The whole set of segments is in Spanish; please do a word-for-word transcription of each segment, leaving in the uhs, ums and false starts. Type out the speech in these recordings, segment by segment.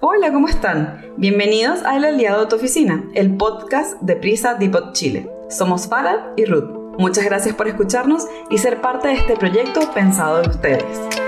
Hola, ¿cómo están? Bienvenidos a El Aliado de tu Oficina, el podcast de Prisa Depot Chile. Somos Farah y Ruth. Muchas gracias por escucharnos y ser parte de este proyecto pensado en ustedes.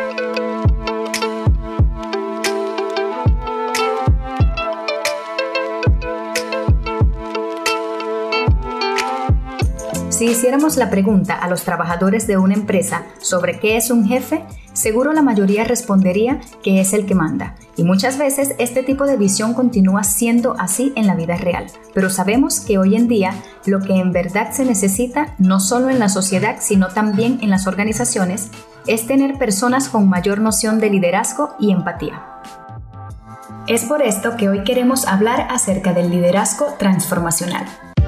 Si hiciéramos la pregunta a los trabajadores de una empresa sobre qué es un jefe, seguro la mayoría respondería que es el que manda. Y muchas veces este tipo de visión continúa siendo así en la vida real. Pero sabemos que hoy en día lo que en verdad se necesita, no solo en la sociedad, sino también en las organizaciones, es tener personas con mayor noción de liderazgo y empatía. Es por esto que hoy queremos hablar acerca del liderazgo transformacional.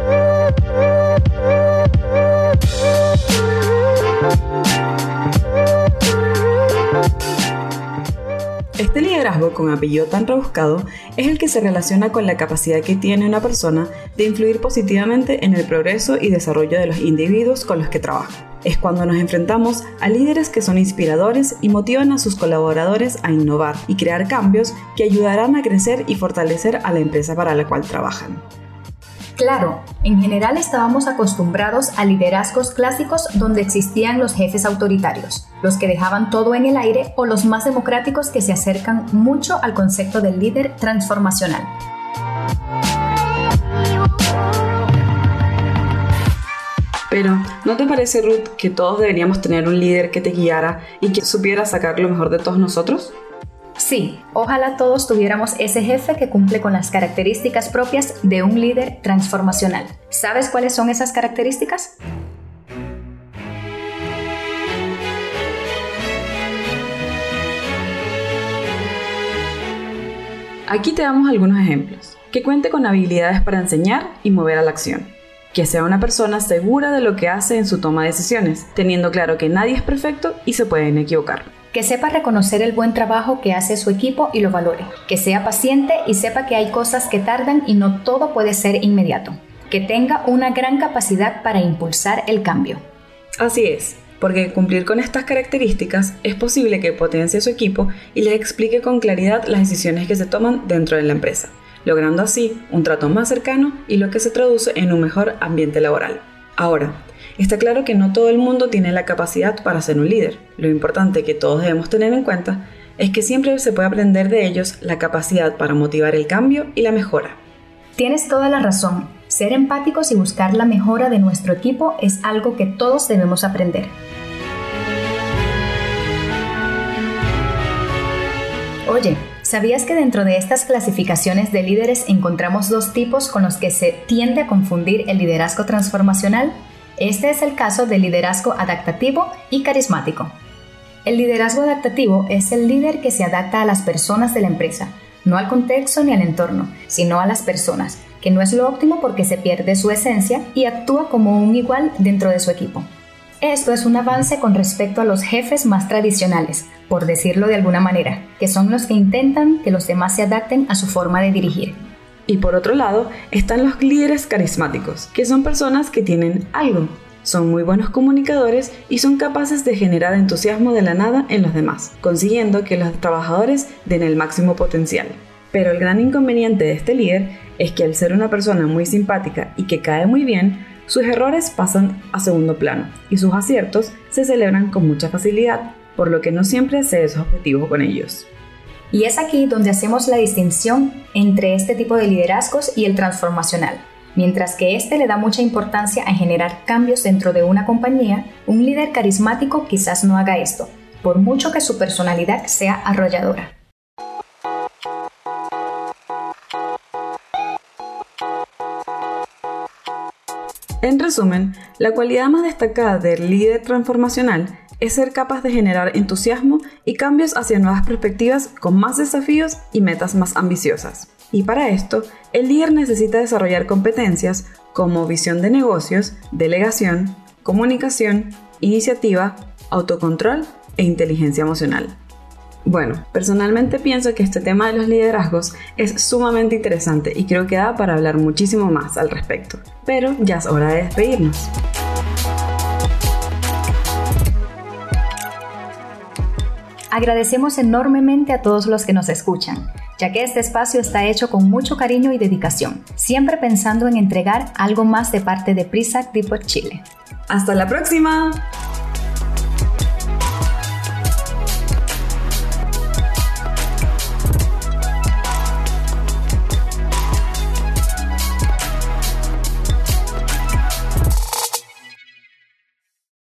Este liderazgo con apellido tan rebuscado es el que se relaciona con la capacidad que tiene una persona de influir positivamente en el progreso y desarrollo de los individuos con los que trabaja. Es cuando nos enfrentamos a líderes que son inspiradores y motivan a sus colaboradores a innovar y crear cambios que ayudarán a crecer y fortalecer a la empresa para la cual trabajan. Claro, en general estábamos acostumbrados a liderazgos clásicos donde existían los jefes autoritarios, los que dejaban todo en el aire, o los más democráticos que se acercan mucho al concepto del líder transformacional. Pero, ¿no te parece, Ruth, que todos deberíamos tener un líder que te guiara y que supiera sacar lo mejor de todos nosotros? Sí, ojalá todos tuviéramos ese jefe que cumple con las características propias de un líder transformacional. ¿Sabes cuáles son esas características? Aquí te damos algunos ejemplos. Que cuente con habilidades para enseñar y mover a la acción. Que sea una persona segura de lo que hace en su toma de decisiones, teniendo claro que nadie es perfecto y se pueden equivocar. Que sepa reconocer el buen trabajo que hace su equipo y lo valore. Que sea paciente y sepa que hay cosas que tardan y no todo puede ser inmediato. Que tenga una gran capacidad para impulsar el cambio. Así es, porque cumplir con estas características es posible que potencie a su equipo y les explique con claridad las decisiones que se toman dentro de la empresa, logrando así un trato más cercano y lo que se traduce en un mejor ambiente laboral. Ahora, está claro que no todo el mundo tiene la capacidad para ser un líder. Lo importante que todos debemos tener en cuenta es que siempre se puede aprender de ellos la capacidad para motivar el cambio y la mejora. Tienes toda la razón. Ser empáticos y buscar la mejora de nuestro equipo es algo que todos debemos aprender. Oye, ¿sabías que dentro de estas clasificaciones de líderes encontramos dos tipos con los que se tiende a confundir el liderazgo transformacional? Este es el caso del liderazgo adaptativo y carismático. El liderazgo adaptativo es el líder que se adapta a las personas de la empresa, no al contexto ni al entorno, sino a las personas, que no es lo óptimo porque se pierde su esencia y actúa como un igual dentro de su equipo. Esto es un avance con respecto a los jefes más tradicionales, por decirlo de alguna manera, que son los que intentan que los demás se adapten a su forma de dirigir. Y por otro lado, están los líderes carismáticos, que son personas que tienen algo. Son muy buenos comunicadores y son capaces de generar entusiasmo de la nada en los demás, consiguiendo que los trabajadores den el máximo potencial. Pero el gran inconveniente de este líder es que al ser una persona muy simpática y que cae muy bien, sus errores pasan a segundo plano y sus aciertos se celebran con mucha facilidad, por lo que no siempre se es objetivo con ellos. Y es aquí donde hacemos la distinción entre este tipo de liderazgos y el transformacional. Mientras que este le da mucha importancia a generar cambios dentro de una compañía, un líder carismático quizás no haga esto, por mucho que su personalidad sea arrolladora. En resumen, la cualidad más destacada del líder transformacional es ser capaz de generar entusiasmo y cambios hacia nuevas perspectivas con más desafíos y metas más ambiciosas. Y para esto, el líder necesita desarrollar competencias como visión de negocios, delegación, comunicación, iniciativa, autocontrol e inteligencia emocional. Bueno, personalmente pienso que este tema de los liderazgos es sumamente interesante y creo que da para hablar muchísimo más al respecto. Pero ya es hora de despedirnos. Agradecemos enormemente a todos los que nos escuchan. ya que este espacio está hecho con mucho cariño y dedicación, siempre pensando en entregar algo más de parte de Prisa Depot Chile. ¡Hasta la próxima!